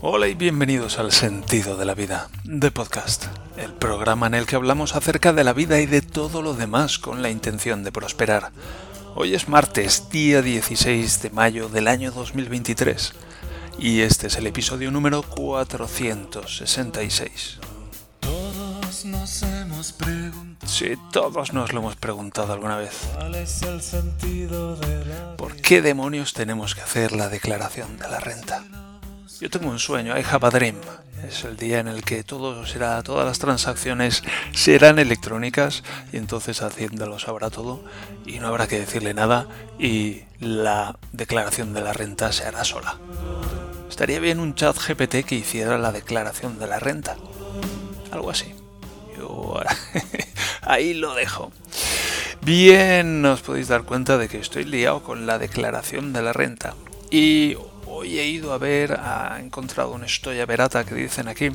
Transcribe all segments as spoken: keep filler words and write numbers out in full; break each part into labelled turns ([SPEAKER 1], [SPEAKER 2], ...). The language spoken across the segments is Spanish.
[SPEAKER 1] Hola y bienvenidos al Sentido de la Vida, The Podcast, el programa en el que hablamos acerca de la vida y de todo lo demás con la intención de prosperar. Hoy es martes, día dieciséis de mayo del año dos mil veintitrés, y este es el episodio número cuatrocientos sesenta y seis.
[SPEAKER 2] Todos nos hemos preguntado.
[SPEAKER 1] Sí, todos nos lo hemos preguntado alguna vez.
[SPEAKER 2] ¿Cuál es el sentido de la
[SPEAKER 1] ¿Por qué demonios tenemos que hacer la declaración de la renta? Yo tengo un sueño, I have a dream. Es el día en el que todo será, todas las transacciones serán electrónicas y entonces Hacienda lo sabrá todo y no habrá que decirle nada y la declaración de la renta se hará sola. Estaría bien un chat G P T que hiciera la declaración de la renta. Algo así. Yo ahí lo dejo. Bien, os podéis dar cuenta de que estoy liado con la declaración de la renta. Y hoy he ido a ver, he encontrado un Stoya Verata que dicen aquí,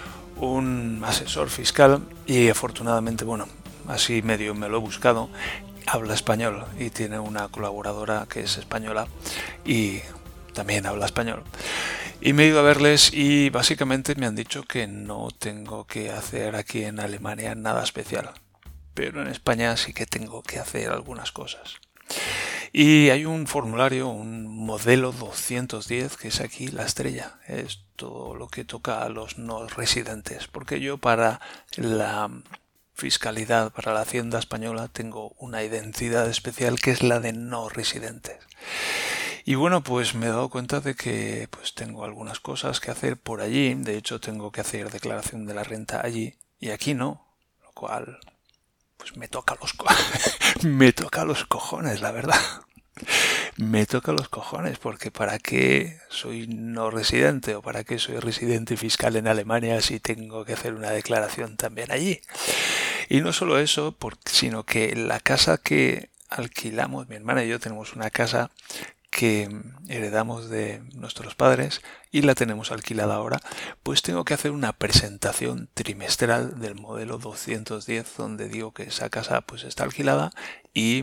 [SPEAKER 1] un asesor fiscal, y afortunadamente, bueno, así medio me lo he buscado, habla español y tiene una colaboradora que es española y también habla español. Y me he ido a verles y básicamente me han dicho que no tengo que hacer aquí en Alemania nada especial, pero en España sí que tengo que hacer algunas cosas. Y hay un formulario, un modelo doscientos diez, que es aquí la estrella. Es todo lo que toca a los no residentes. Porque yo para la fiscalidad, para la Hacienda española, tengo una identidad especial que es la de no residentes. Y bueno, pues me he dado cuenta de que pues tengo algunas cosas que hacer por allí. De hecho, tengo que hacer declaración de la renta allí y aquí no. Lo cual, pues me toca los co- me toca los cojones, la verdad. Me toca los cojones, porque ¿para qué soy no residente o para qué soy residente fiscal en Alemania si tengo que hacer una declaración también allí? Y no solo eso, sino que la casa que alquilamos, mi hermana y yo tenemos una casa que heredamos de nuestros padres y la tenemos alquilada ahora, pues tengo que hacer una presentación trimestral del modelo doscientos diez donde digo que esa casa pues está alquilada y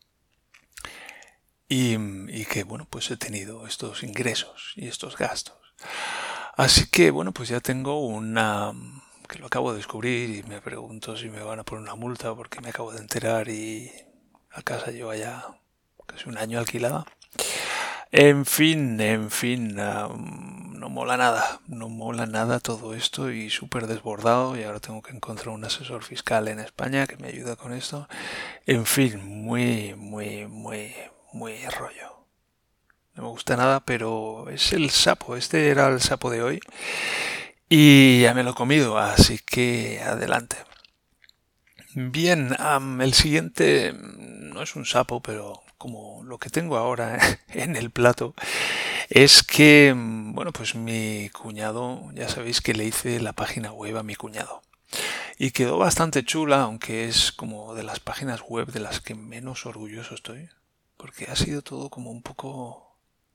[SPEAKER 1] Y, y que, bueno, pues he tenido estos ingresos y estos gastos. Así que, bueno, pues ya tengo una... que lo acabo de descubrir y me pregunto si me van a poner una multa porque me acabo de enterar y la casa lleva ya casi un año alquilada. En fin, en fin, um, no mola nada, no mola nada todo esto y súper desbordado y ahora tengo que encontrar un asesor fiscal en España que me ayude con esto. En fin, muy, muy, muy, muy rollo. No me gusta nada, pero es el sapo, este era el sapo de hoy y ya me lo he comido, así que adelante. Bien, um, el siguiente no es un sapo, pero como lo que tengo ahora en el plato es que, bueno, pues mi cuñado, ya sabéis que le hice la página web a mi cuñado. Y quedó bastante chula, aunque es como de las páginas web de las que menos orgulloso estoy. Porque ha sido todo como un poco...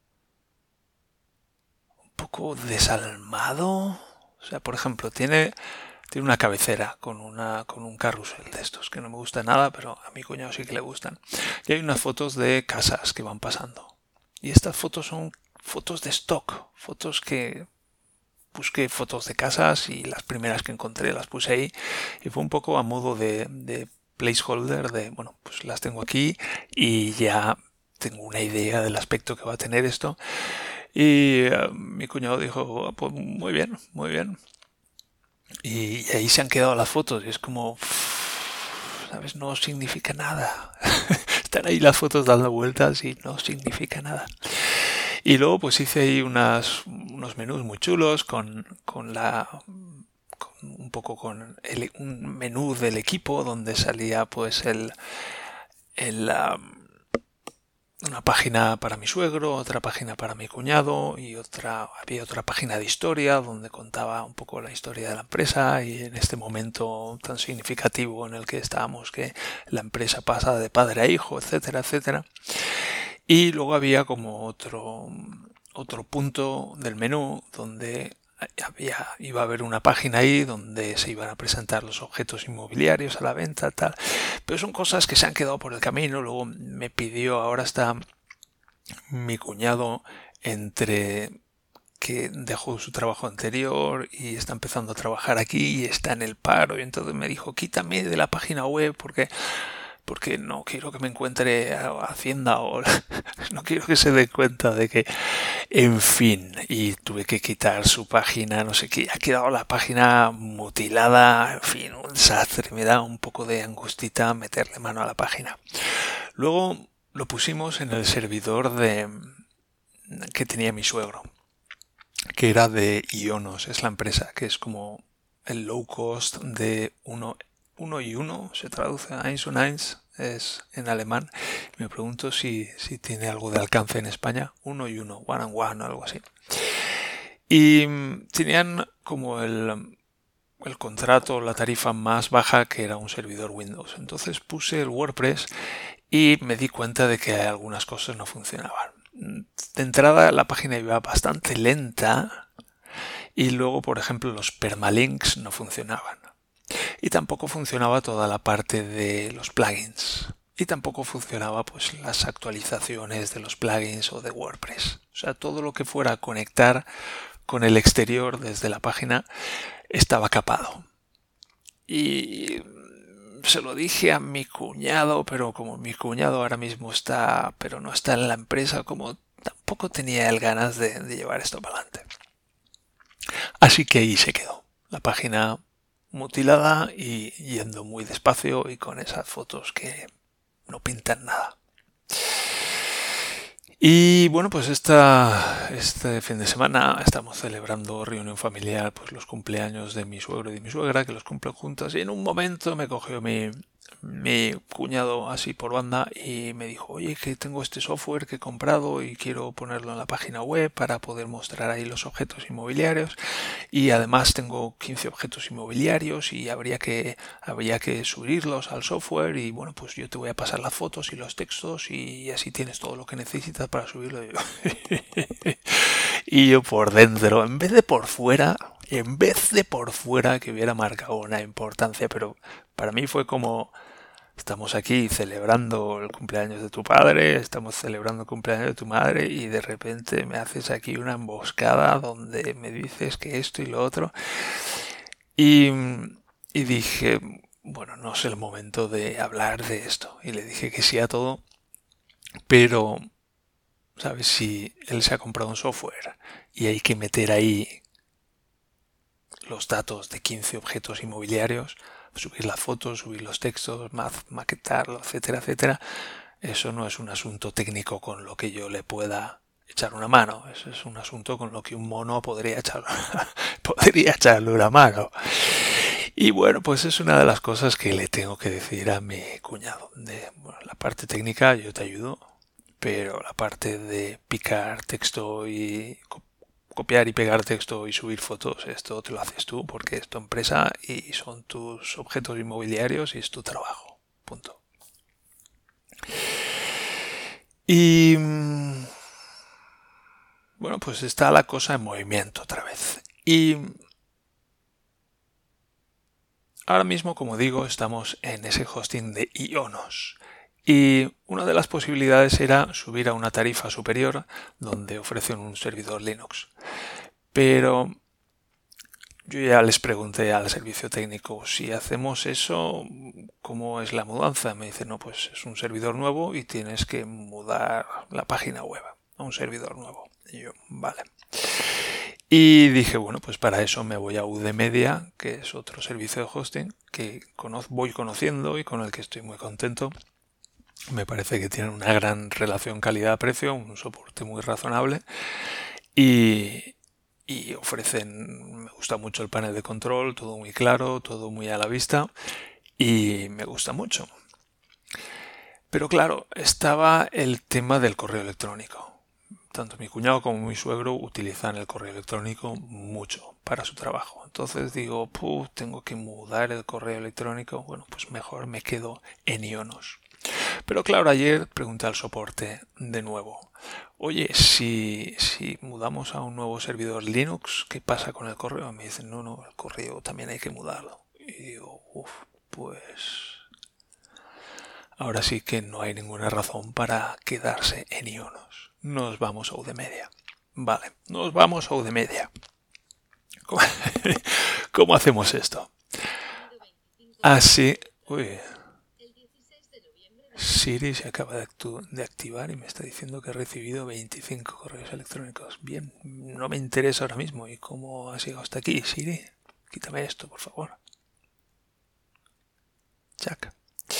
[SPEAKER 1] un poco desalmado. O sea, por ejemplo, tiene... Tiene una cabecera con una con un carrusel de estos que no me gusta nada, pero a mi cuñado sí que le gustan. Y hay unas fotos de casas que van pasando. Y estas fotos son fotos de stock, fotos que busqué fotos de casas y las primeras que encontré las puse ahí y fue un poco a modo de, de placeholder de, bueno, pues las tengo aquí y ya tengo una idea del aspecto que va a tener esto. Y uh, mi cuñado dijo, oh, pues muy bien, muy bien. Y, y ahí se han quedado las fotos y es como, ¿sabes? No significa nada. Están ahí las fotos dando vueltas y no significa nada. Y luego pues hice ahí unas, unos menús muy chulos con, con la... Con, un poco con el, un menú del equipo donde salía pues el... el um, una página para mi suegro, otra página para mi cuñado y otra había otra página de historia donde contaba un poco la historia de la empresa y en este momento tan significativo en el que estábamos que la empresa pasa de padre a hijo, etcétera, etcétera. Y luego había como otro otro punto del menú donde había, iba a haber una página ahí donde se iban a presentar los objetos inmobiliarios a la venta, tal. Pero son cosas que se han quedado por el camino. Luego me pidió, ahora está mi cuñado entre que dejó su trabajo anterior y está empezando a trabajar aquí y está en el paro. Y entonces me dijo, quítame de la página web porque, porque no quiero que me encuentre a Hacienda o no quiero que se dé cuenta de que, en fin, y tuve que quitar su página, no sé qué, ha quedado la página mutilada, en fin, un desastre. Me da un poco de angustita meterle mano a la página. Luego lo pusimos en el servidor de que tenía mi suegro, que era de Ionos, es la empresa, que es como el low cost de uno, uno y uno, se traduce a eins und eins, es en alemán. Me pregunto si, si tiene algo de alcance en España, uno y uno, one and one o algo así. Y tenían como el, el contrato, la tarifa más baja, que era un servidor Windows. Entonces puse el WordPress y me di cuenta de que algunas cosas no funcionaban. De entrada la página iba bastante lenta y luego, por ejemplo, los permalinks no funcionaban. Y tampoco funcionaba toda la parte de los plugins. Y tampoco funcionaba pues las actualizaciones de los plugins o de WordPress. O sea, todo lo que fuera a conectar con el exterior desde la página estaba capado. Y se lo dije a mi cuñado, pero como mi cuñado ahora mismo está, pero no está en la empresa, como tampoco tenía él ganas de, de llevar esto para adelante. Así que ahí se quedó. La página mutilada y yendo muy despacio y con esas fotos que no pintan nada. Y bueno, pues esta, este fin de semana estamos celebrando reunión familiar, pues los cumpleaños de mi suegro y de mi suegra, que los cumplen juntas. Y en un momento me cogió mi, mi cuñado así por banda y me dijo, oye, que tengo este software que he comprado y quiero ponerlo en la página web para poder mostrar ahí los objetos inmobiliarios. Y además tengo quince objetos inmobiliarios y habría que, habría que subirlos al software. Y bueno, pues yo te voy a pasar las fotos y los textos y así tienes todo lo que necesitas para subirlo. Y yo por dentro, en vez de por fuera, en vez de por fuera que hubiera marcado una importancia, pero para mí fue como, estamos aquí celebrando el cumpleaños de tu padre, estamos celebrando el cumpleaños de tu madre y de repente me haces aquí una emboscada donde me dices que esto y lo otro. Y, y dije, bueno, no es el momento de hablar de esto. Y le dije que sí a todo, pero ¿sabes? Si él se ha comprado un software y hay que meter ahí los datos de quince objetos inmobiliarios, subir las fotos, subir los textos, maquetarlo, etcétera, etcétera, eso no es un asunto técnico con lo que yo le pueda echar una mano. Eso es un asunto con lo que un mono podría echar, podría echarle una mano. Y bueno, pues es una de las cosas que le tengo que decir a mi cuñado. De, bueno, la parte técnica yo te ayudo, pero la parte de picar texto y copiar y pegar texto y subir fotos, esto te lo haces tú porque es tu empresa y son tus objetos inmobiliarios y es tu trabajo. Punto. Y bueno, pues está la cosa en movimiento otra vez. Y ahora mismo, como digo, estamos en ese hosting de Ionos. Y una de las posibilidades era subir a una tarifa superior donde ofrecen un servidor Linux. Pero yo ya les pregunté al servicio técnico, si hacemos eso, ¿cómo es la mudanza? Me dicen, no, pues es un servidor nuevo y tienes que mudar la página web a un servidor nuevo. Y yo, vale. Y dije, bueno, pues para eso me voy a Udemedia, que es otro servicio de hosting que voy conociendo y con el que estoy muy contento. Me parece que tienen una gran relación calidad-precio, un soporte muy razonable y, y ofrecen, me gusta mucho el panel de control, todo muy claro, todo muy a la vista y me gusta mucho. Pero claro, estaba el tema del correo electrónico. Tanto mi cuñado como mi suegro utilizan el correo electrónico mucho para su trabajo. Entonces digo, Puh, tengo que mudar el correo electrónico. Bueno, pues mejor me quedo en Ionos. Pero claro, ayer pregunté al soporte de nuevo, oye, si, si mudamos a un nuevo servidor Linux, ¿qué pasa con el correo? Y me dicen, no, no, el correo también hay que mudarlo. Y digo, uff, pues ahora sí que no hay ninguna razón para quedarse en Ionos. Nos vamos a Udemedia. Vale, nos vamos a Udemedia. ¿Cómo, ¿Cómo hacemos esto? Así... Uy. Siri se acaba de, de activar y me está diciendo que he recibido veinticinco correos electrónicos. Bien, no me interesa ahora mismo. ¿Y cómo has llegado hasta aquí, Siri? Quítame esto, por favor. Chac.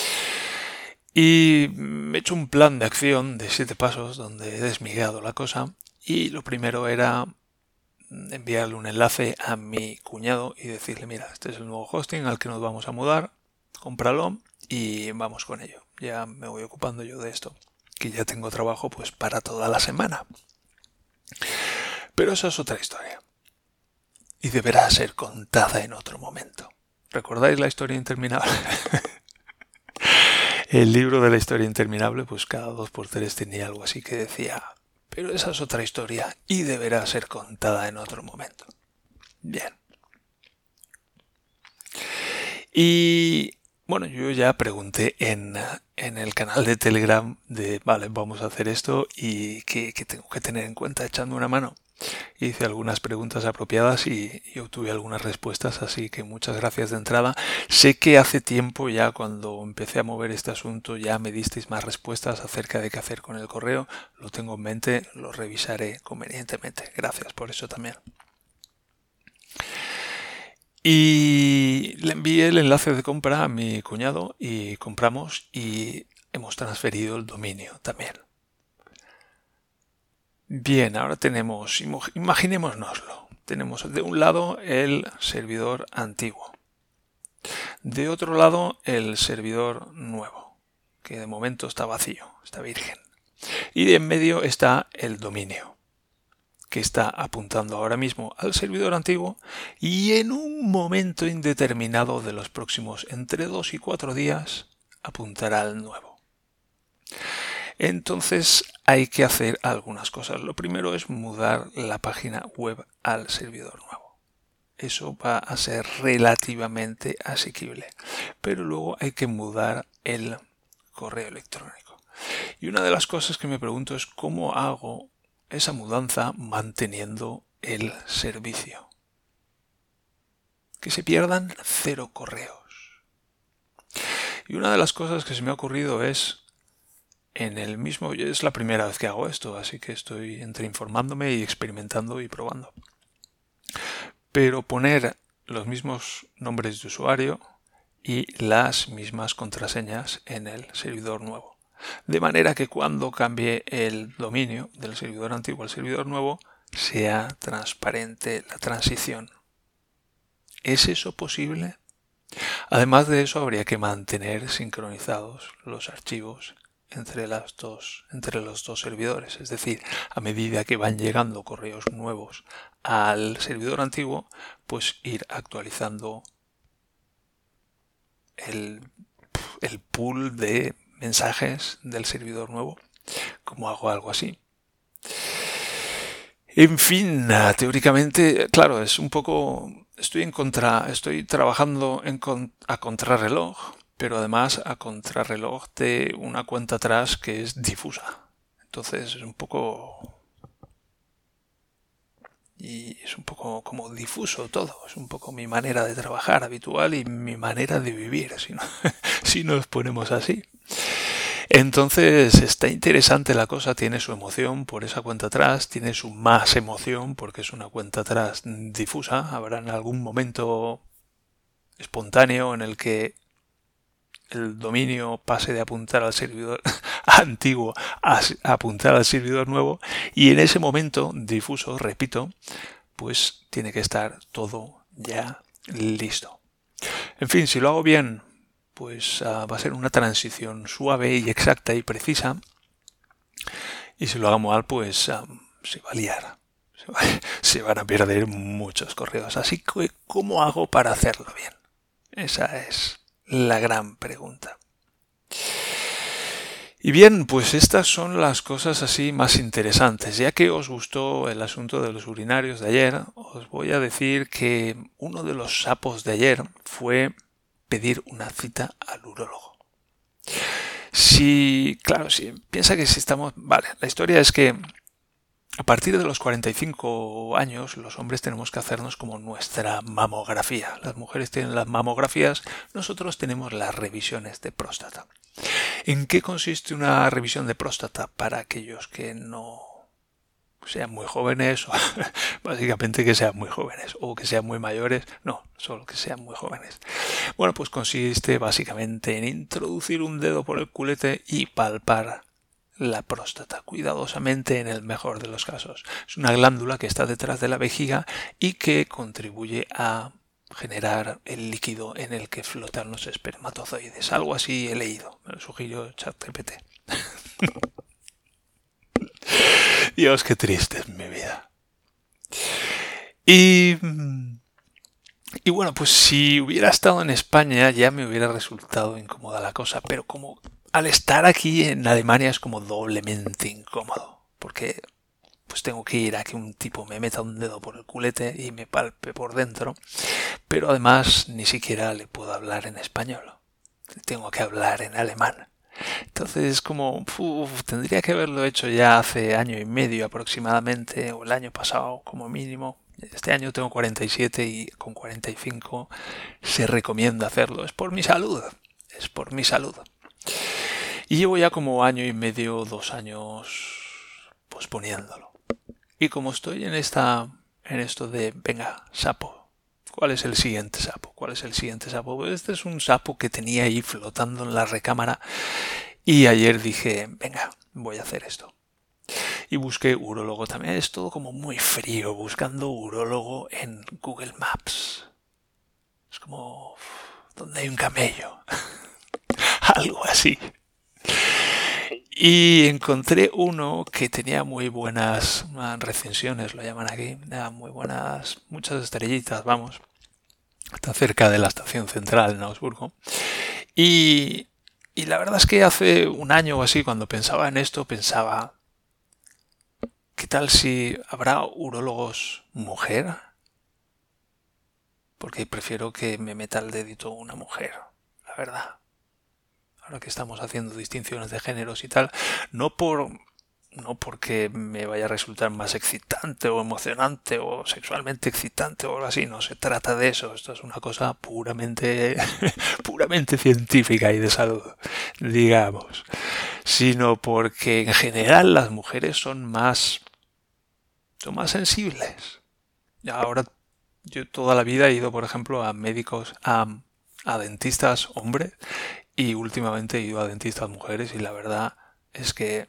[SPEAKER 1] Y me he hecho un plan de acción de siete pasos donde he desmigueado la cosa. Y lo primero era enviarle un enlace a mi cuñado y decirle, mira, este es el nuevo hosting al que nos vamos a mudar, cómpralo y vamos con ello. Ya me voy ocupando yo de esto, que ya tengo trabajo pues para toda la semana. Pero esa es otra historia y deberá ser contada en otro momento. ¿Recordáis la historia interminable? El libro de la historia interminable, pues cada dos por tres tenía algo así que decía, pero esa es otra historia y deberá ser contada en otro momento. Bien. Y bueno, yo ya pregunté en, en el canal de Telegram de, vale, vamos a hacer esto y qué, qué tengo que tener en cuenta echando una mano. Hice algunas preguntas apropiadas y, y obtuve algunas respuestas, así que muchas gracias de entrada. Sé que hace tiempo ya cuando empecé a mover este asunto ya me disteis más respuestas acerca de qué hacer con el correo. Lo tengo en mente, lo revisaré convenientemente. Gracias por eso también. Y le envié el enlace de compra a mi cuñado y compramos y hemos transferido el dominio también. Bien, ahora tenemos, imaginémonoslo, tenemos de un lado el servidor antiguo, de otro lado el servidor nuevo, que de momento está vacío, está virgen, y de en medio está el dominio, que está apuntando ahora mismo al servidor antiguo y en un momento indeterminado de los próximos entre dos y cuatro días apuntará al nuevo. Entonces hay que hacer algunas cosas. Lo primero es mudar la página web al servidor nuevo. Eso va a ser relativamente asequible. Pero luego hay que mudar el correo electrónico. Y una de las cosas que me pregunto es cómo hago esa mudanza manteniendo el servicio. Que se pierdan cero correos. Y una de las cosas que se me ha ocurrido es en el mismo, es la primera vez que hago esto, así que estoy entre informándome y experimentando y probando. Pero poner los mismos nombres de usuario y las mismas contraseñas en el servidor nuevo. De manera que cuando cambie el dominio del servidor antiguo al servidor nuevo, sea transparente la transición. ¿Es eso posible? Además de eso, habría que mantener sincronizados los archivos entre las dos, entre los dos servidores, es decir, a medida que van llegando correos nuevos al servidor antiguo, pues ir actualizando el, el pool de mensajes del servidor nuevo. ¿Cómo hago algo así? En fin, teóricamente, claro, es un poco, estoy en contra, estoy trabajando en, a contrarreloj, pero además a contrarreloj de una cuenta atrás que es difusa. Entonces es un poco... Y es un poco como difuso todo. Es un poco mi manera de trabajar habitual y mi manera de vivir, si, no, si nos ponemos así. Entonces está interesante la cosa, tiene su emoción por esa cuenta atrás, tiene su más emoción porque es una cuenta atrás difusa. Habrá en algún momento espontáneo en el que el dominio pase de apuntar al servidor antiguo a apuntar al servidor nuevo y en ese momento difuso, repito, pues tiene que estar todo ya listo. En fin, si lo hago bien, pues uh, va a ser una transición suave y exacta y precisa, y si lo hago mal, pues um, se va a liar, se, va, se van a perder muchos correos. Así que, ¿cómo hago para hacerlo bien? Esa es la gran pregunta. Y bien, pues estas son las cosas así más interesantes. Ya que os gustó el asunto de los urinarios de ayer, os voy a decir que uno de los sapos de ayer fue pedir una cita al urólogo. Si, claro, si piensa que si estamos... Vale, la historia es que A partir de los cuarenta y cinco años, los hombres tenemos que hacernos como nuestra mamografía. Las mujeres tienen las mamografías, nosotros tenemos las revisiones de próstata. ¿En qué consiste una revisión de próstata? Para aquellos que no sean muy jóvenes, o básicamente que sean muy jóvenes, o que sean muy mayores, no, solo que sean muy jóvenes. Bueno, pues consiste básicamente en introducir un dedo por el culete y palpar la próstata, cuidadosamente en el mejor de los casos. Es una glándula que está detrás de la vejiga y que contribuye a generar el líquido en el que flotan los espermatozoides. Algo así he leído, me lo sugirió ChatGPT. Dios, qué triste es mi vida. Y, y bueno, pues si hubiera estado en España ya me hubiera resultado incómoda la cosa, pero como al estar aquí en Alemania es como doblemente incómodo, porque pues tengo que ir a que un tipo me meta un dedo por el culete y me palpe por dentro, pero además ni siquiera le puedo hablar en español, tengo que hablar en alemán. Entonces es como, uf, tendría que haberlo hecho ya hace año y medio aproximadamente, o el año pasado como mínimo. Este año tengo cuarenta y siete y con cuarenta y cinco se recomienda hacerlo. Es por mi salud, es por mi salud. Y llevo ya como año y medio, dos años posponiéndolo. Y como estoy en esta, en esto de, venga, sapo, ¿cuál es el siguiente sapo? ¿Cuál es el siguiente sapo? Pues este es un sapo que tenía ahí flotando en la recámara y ayer dije, venga, voy a hacer esto. Y busqué urólogo también. Es todo como muy frío buscando urólogo en Google Maps. Es como donde hay un camello. Algo así. Y encontré uno que tenía muy buenas recensiones, lo llaman aquí, muy buenas, muchas estrellitas, vamos. Está cerca de la estación central en Augsburgo. Y, y la verdad es que hace un año o así, cuando pensaba en esto, pensaba, ¿qué tal si habrá urólogos mujer? Porque prefiero que me meta el dedito una mujer, la verdad. Ahora que estamos haciendo distinciones de géneros y tal, no por no porque me vaya a resultar más excitante o emocionante o sexualmente excitante o algo así, no se trata de eso, esto es una cosa puramente puramente científica y de salud, digamos, sino porque en general las mujeres son más son más sensibles. Ahora yo toda la vida he ido, por ejemplo, a médicos, a, a dentistas hombres, y últimamente he ido a dentistas mujeres y la verdad es que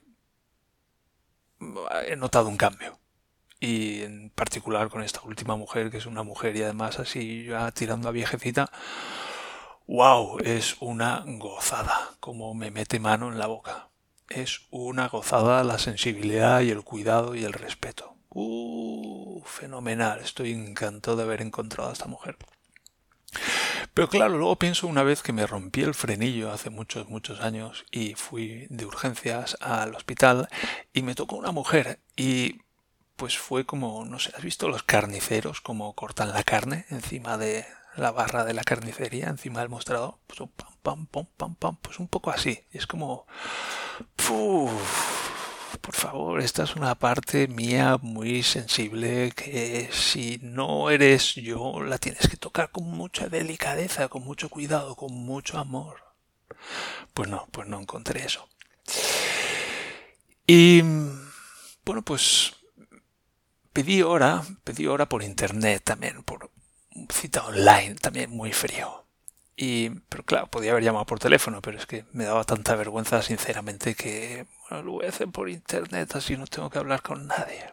[SPEAKER 1] he notado un cambio. Y en particular con esta última mujer, que es una mujer y además así ya tirando a viejecita, wow, es una gozada como me mete mano en la boca. Es una gozada la sensibilidad y el cuidado y el respeto. Uh, fenomenal, estoy encantado de haber encontrado a esta mujer. Pero claro, luego pienso una vez que me rompí el frenillo hace muchos, muchos años y fui de urgencias al hospital y me tocó una mujer y pues fue como, no sé, ¿has visto los carniceros cómo cortan la carne encima de la barra de la carnicería, encima del mostrador? Pues pam, pam, pam, pam, pam, pues un poco así. Y es como, ¡puf! Por favor, esta es una parte mía muy sensible que si no eres yo la tienes que tocar con mucha delicadeza, con mucho cuidado, con mucho amor. Pues no, pues no encontré eso. Y bueno, pues pedí hora, pedí hora por internet también, por cita online, también muy frío. Y, pero claro, podía haber llamado por teléfono, pero es que me daba tanta vergüenza, sinceramente, que bueno, lo voy a hacer por internet, así no tengo que hablar con nadie.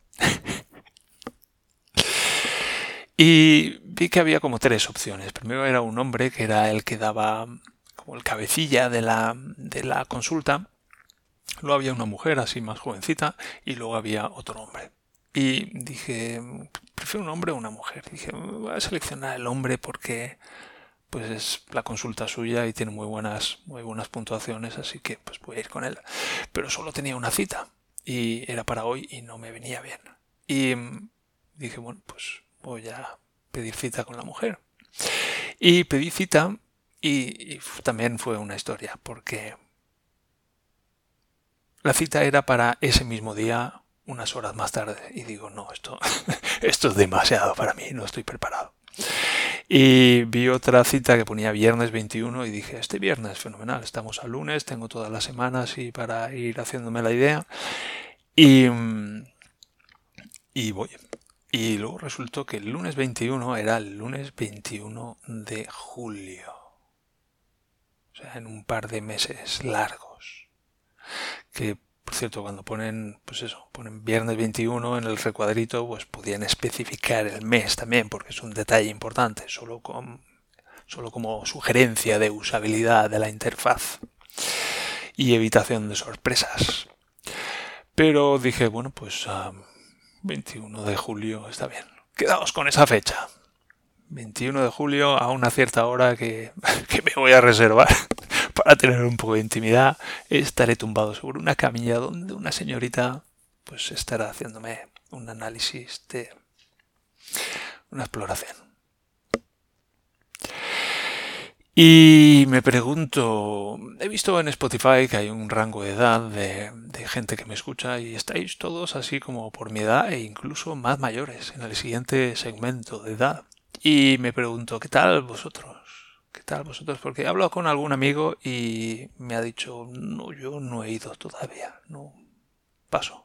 [SPEAKER 1] Y vi que había como tres opciones. Primero era un hombre, que era el que daba como el cabecilla de la, de la consulta. Luego había una mujer así más jovencita y luego había otro hombre. Y dije, prefiero un hombre o una mujer. Dije, voy a seleccionar el hombre porque pues es la consulta suya y tiene muy buenas, muy buenas puntuaciones, así que pues voy a ir con él. Pero solo tenía una cita y era para hoy y no me venía bien. Y dije, bueno, pues voy a pedir cita con la mujer. Y pedí cita y, y también fue una historia, porque la cita era para ese mismo día unas horas más tarde y digo, no, esto, esto es demasiado para mí, no estoy preparado. Y vi otra cita que ponía viernes veintiuno y dije, este viernes, fenomenal, estamos al lunes, tengo toda la semana así para ir haciéndome la idea. Y, y voy. Y luego resultó que el lunes veintiuno era el lunes veintiuno de julio. O sea, en un par de meses largos. Que, por cierto, cuando ponen, pues eso, ponen viernes veintiuno en el recuadrito, pues podían especificar el mes también, porque es un detalle importante, solo, con, solo como sugerencia de usabilidad de la interfaz y evitación de sorpresas. Pero dije, bueno, pues uh, veintiuno de julio está bien. Quedaos con esa fecha. veintiuno de julio a una cierta hora que, que me voy a reservar para tener un poco de intimidad. Estaré tumbado sobre una camilla donde una señorita pues estará haciéndome un análisis de una exploración. Y me pregunto, he visto en Spotify que hay un rango de edad de, de gente que me escucha y estáis todos así como por mi edad e incluso más mayores en el siguiente segmento de edad. Y me pregunto, ¿qué tal vosotros? ¿Qué tal vosotros? Porque he hablado con algún amigo y me ha dicho, no, yo no he ido todavía, no, paso.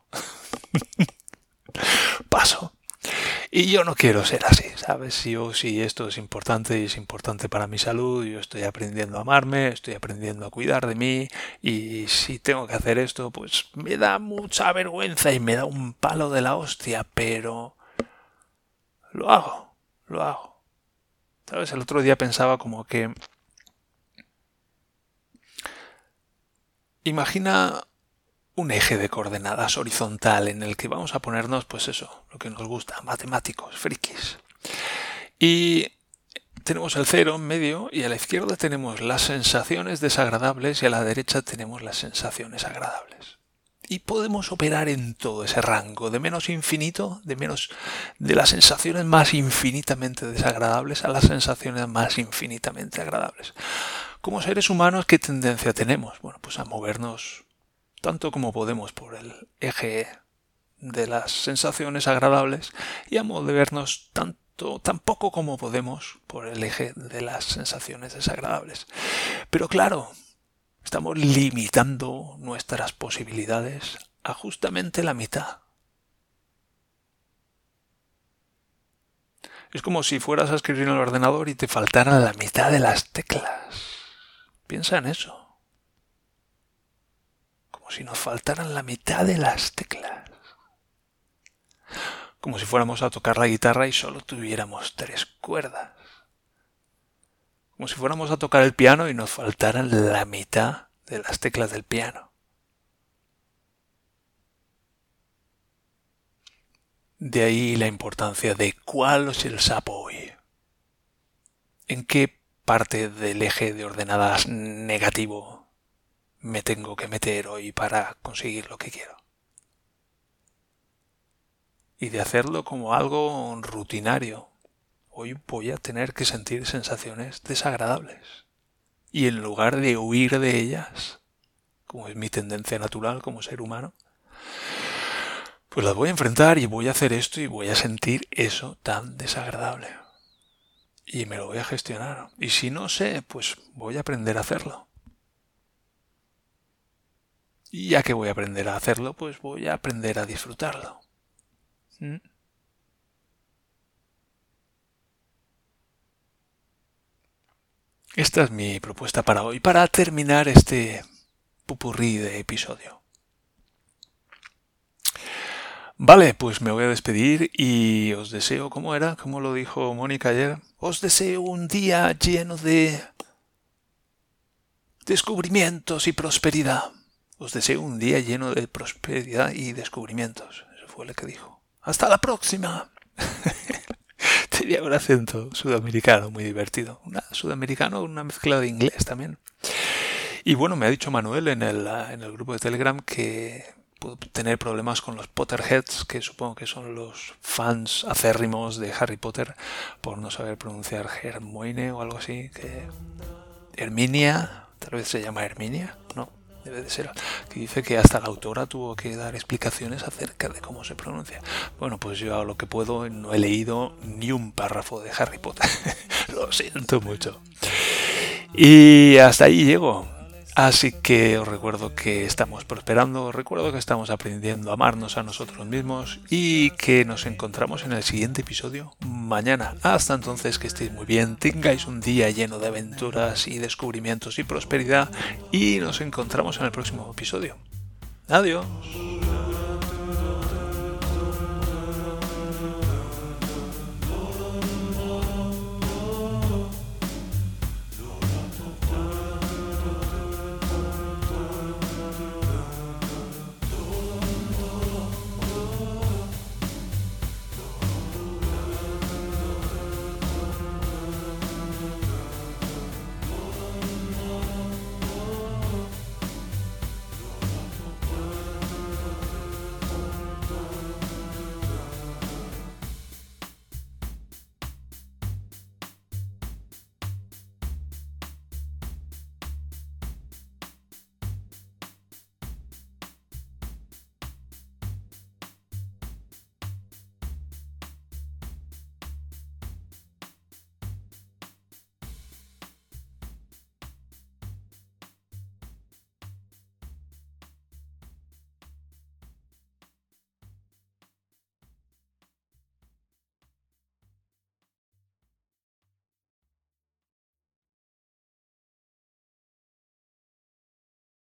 [SPEAKER 1] paso. Y yo no quiero ser así, ¿sabes? Si yo, si esto es importante y es importante para mi salud, yo estoy aprendiendo a amarme, estoy aprendiendo a cuidar de mí y si tengo que hacer esto, pues me da mucha vergüenza y me da un palo de la hostia, pero lo hago, lo hago. ¿Sabes? El otro día pensaba como que... Imagina un eje de coordenadas horizontal en el que vamos a ponernos, pues eso, lo que nos gusta, matemáticos, frikis. Y tenemos el cero en medio y a la izquierda tenemos las sensaciones desagradables y a la derecha tenemos las sensaciones agradables. Y podemos operar en todo ese rango, de menos infinito, de menos de las sensaciones más infinitamente desagradables a las sensaciones más infinitamente agradables. Como seres humanos, ¿qué tendencia tenemos? Bueno, pues a movernos tanto como podemos por el eje de las sensaciones agradables y a movernos tanto, tan poco como podemos por el eje de las sensaciones desagradables. Pero claro, estamos limitando nuestras posibilidades a justamente la mitad. Es como si fueras a escribir en el ordenador y te faltaran la mitad de las teclas. Piensa en eso. Como si nos faltaran la mitad de las teclas. Como si fuéramos a tocar la guitarra y solo tuviéramos tres cuerdas. Como si fuéramos a tocar el piano y nos faltaran la mitad de las teclas del piano. De ahí la importancia de cuál es el sapo hoy. ¿En qué parte del eje de ordenadas negativo me tengo que meter hoy para conseguir lo que quiero? Y de hacerlo como algo rutinario. Hoy voy a tener que sentir sensaciones desagradables. Y en lugar de huir de ellas, como es mi tendencia natural como ser humano, pues las voy a enfrentar y voy a hacer esto y voy a sentir eso tan desagradable. Y me lo voy a gestionar. Y si no sé, pues voy a aprender a hacerlo. Y ya que voy a aprender a hacerlo, pues voy a aprender a disfrutarlo. ¿Mm? Esta es mi propuesta para hoy, para terminar este pupurrí de episodio. Vale, pues me voy a despedir y os deseo, ¿cómo era? ¿Cómo lo dijo Mónica ayer? Os deseo un día lleno de descubrimientos y prosperidad. Os deseo un día lleno de prosperidad y descubrimientos. Eso fue lo que dijo. ¡Hasta la próxima! Tenía un acento sudamericano muy divertido. Una sudamericano, una mezcla de inglés también. Y bueno, me ha dicho Manuel en el, en el grupo de Telegram que puedo tener problemas con los Potterheads, que supongo que son los fans acérrimos de Harry Potter, por no saber pronunciar Hermione o algo así. Que Herminia, tal vez se llama Herminia, ¿no? Debe de ser. Que dice que hasta la autora tuvo que dar explicaciones acerca de cómo se pronuncia. Bueno, pues yo a lo que puedo no he leído ni un párrafo de Harry Potter. Lo siento mucho. Y hasta ahí llego. Así que os recuerdo que estamos prosperando, os recuerdo que estamos aprendiendo a amarnos a nosotros mismos y que nos encontramos en el siguiente episodio mañana. Hasta entonces, que estéis muy bien, tengáis un día lleno de aventuras y descubrimientos y prosperidad y nos encontramos en el próximo episodio. Adiós.